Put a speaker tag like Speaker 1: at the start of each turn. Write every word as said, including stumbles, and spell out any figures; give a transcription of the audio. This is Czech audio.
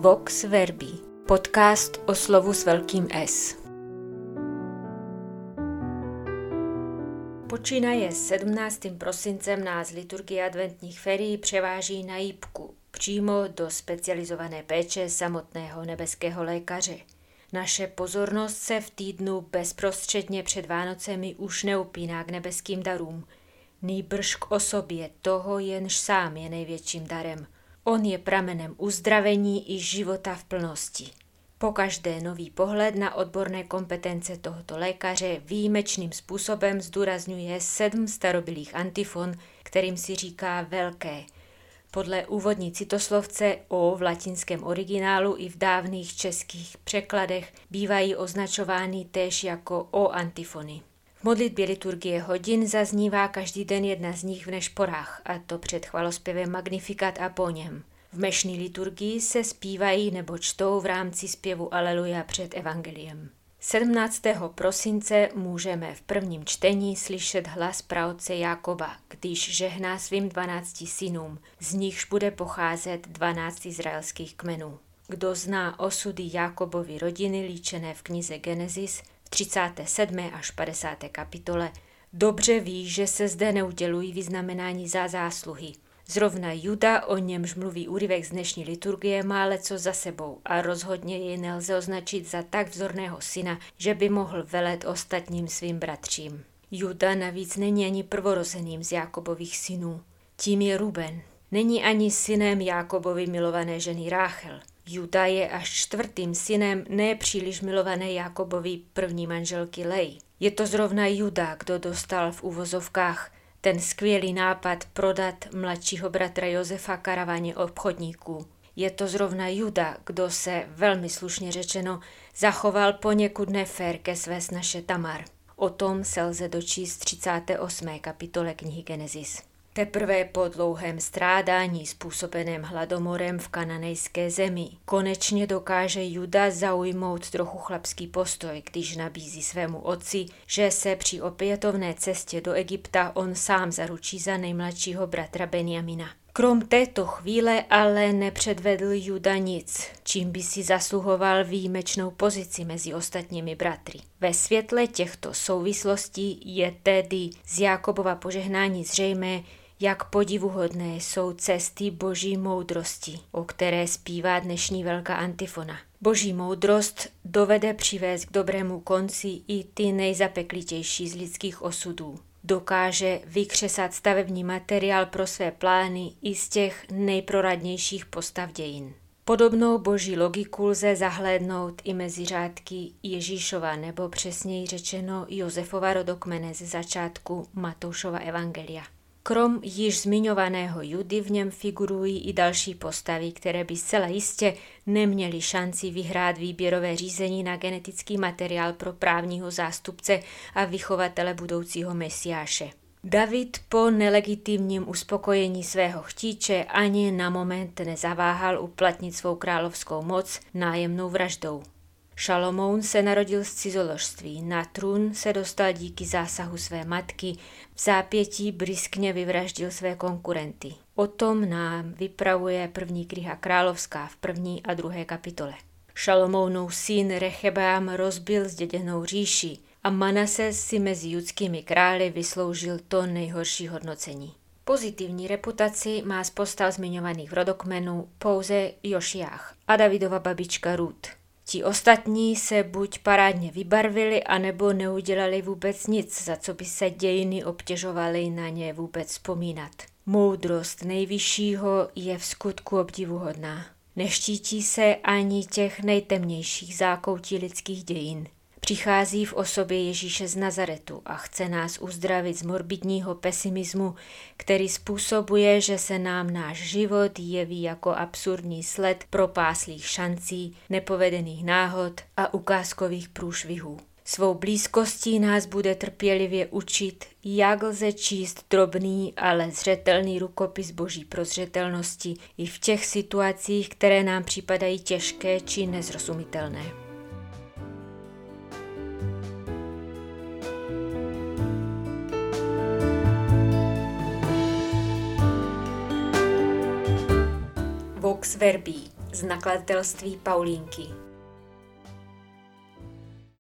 Speaker 1: Vox Verbi, podcast o slovu s velkým S. Počínaje sedmnáctým prosincem nás liturgie adventních ferií převáží na jípku, přímo do specializované péče samotného nebeského lékaře. Naše pozornost se v týdnu bezprostředně před Vánocemi už neupíná k nebeským darům, nýbrž k osobě toho, jenž sám je největším darem. On je pramenem uzdravení i života v plnosti. Pokaždé nový pohled na odborné kompetence tohoto lékaře výjimečným způsobem zdůrazňuje sedm starobylých antifon, kterým si říká velké. Podle úvodní citoslovce O v latinském originálu i v dávných českých překladech bývají označovány též jako O antifony. V modlitbě liturgie hodin zaznívá každý den jedna z nich v nešporách, a to před chvalospěvem Magnificat a po něm. V mešní liturgii se zpívají nebo čtou v rámci zpěvu Aleluja před evangeliem. sedmnáctého prosince můžeme v prvním čtení slyšet hlas praotce Jákoba, když žehná svým dvanácti synům, z nichž bude pocházet dvanáct izraelských kmenů. Kdo zná osudy Jákobovy rodiny líčené v knize Genesis v třicáté sedmé až padesáté kapitole, dobře ví, že se zde neudělují vyznamenání za zásluhy. Zrovna Juda, o němž mluví úryvek z dnešní liturgie, má leco za sebou a rozhodně jej nelze označit za tak vzorného syna, že by mohl velet ostatním svým bratřím. Juda navíc není ani prvorozeným z Jákobových synů. Tím je Ruben. Není ani synem Jákobovy milované ženy Ráchel. Juda je až čtvrtým synem nepříliš milované Jákobovy první manželky Lej. Je to zrovna Juda, kdo dostal v uvozovkách ten skvělý nápad prodat mladšího bratra Josefa karavaně obchodníků. Je to zrovna Juda, kdo se, velmi slušně řečeno, zachoval poněkud nefér ke své snaše Tamar. O tom se lze dočíst v třicáté osmé kapitole knihy Genesis. Teprve po dlouhém strádání způsobeném hladomorem v kananejské zemi konečně dokáže Juda zaujmout trochu chlapský postoj, když nabízí svému otci, že se při opětovné cestě do Egypta on sám zaručí za nejmladšího bratra Benjamina. Krom této chvíle ale nepředvedl Juda nic, čím by si zasluhoval výjimečnou pozici mezi ostatními bratry. Ve světle těchto souvislostí je tedy z Jákobova požehnání zřejmé, jak podivuhodné jsou cesty boží moudrosti, o které zpívá dnešní velká antifona. Boží moudrost dovede přivést k dobrému konci i ty nejzapeklitější z lidských osudů. Dokáže vykřesat stavební materiál pro své plány i z těch nejproradnějších postav dějin. Podobnou boží logiku lze zahlédnout i mezi řádky Ježíšova, nebo přesněji řečeno Josefova rodokmene ze začátku Matoušova evangelia. Krom již zmiňovaného Judy v něm figurují i další postavy, které by zcela jistě neměly šanci vyhrát výběrové řízení na genetický materiál pro právního zástupce a vychovatele budoucího mesiáše. David po nelegitimním uspokojení svého chtíče ani na moment nezaváhal uplatnit svou královskou moc nájemnou vraždou. Šalomoun se narodil z cizoložství, na trůn se dostal díky zásahu své matky, v zápětí bryskně vyvraždil své konkurenty. O tom nám vypravuje první kniha královská v první a druhé kapitole. Šalomounův syn Rechebeam rozbil zděděnou říši a Manases si mezi judskými králi vysloužil to nejhorší hodnocení. Pozitivní reputaci má z postav zmiňovaných v rodokmenů pouze Jošiách a Davidova babička Rút. Ti ostatní se buď parádně vybarvili, anebo neudělali vůbec nic, za co by se dějiny obtěžovaly na ně vůbec vzpomínat. Moudrost nejvyššího je v skutku obdivuhodná. Neštítí se ani těch nejtemnějších zákoutí lidských dějin. Přichází v osobě Ježíše z Nazaretu a chce nás uzdravit z morbidního pesimismu, který způsobuje, že se nám náš život jeví jako absurdní sled propáslých šancí, nepovedených náhod a ukázkových průšvihů. Svou blízkostí nás bude trpělivě učit, jak lze číst drobný, ale zřetelný rukopis boží prozřetelnosti i v těch situacích, které nám připadají těžké či nezrozumitelné. Vox Verbi, z nakladatelství Paulínky.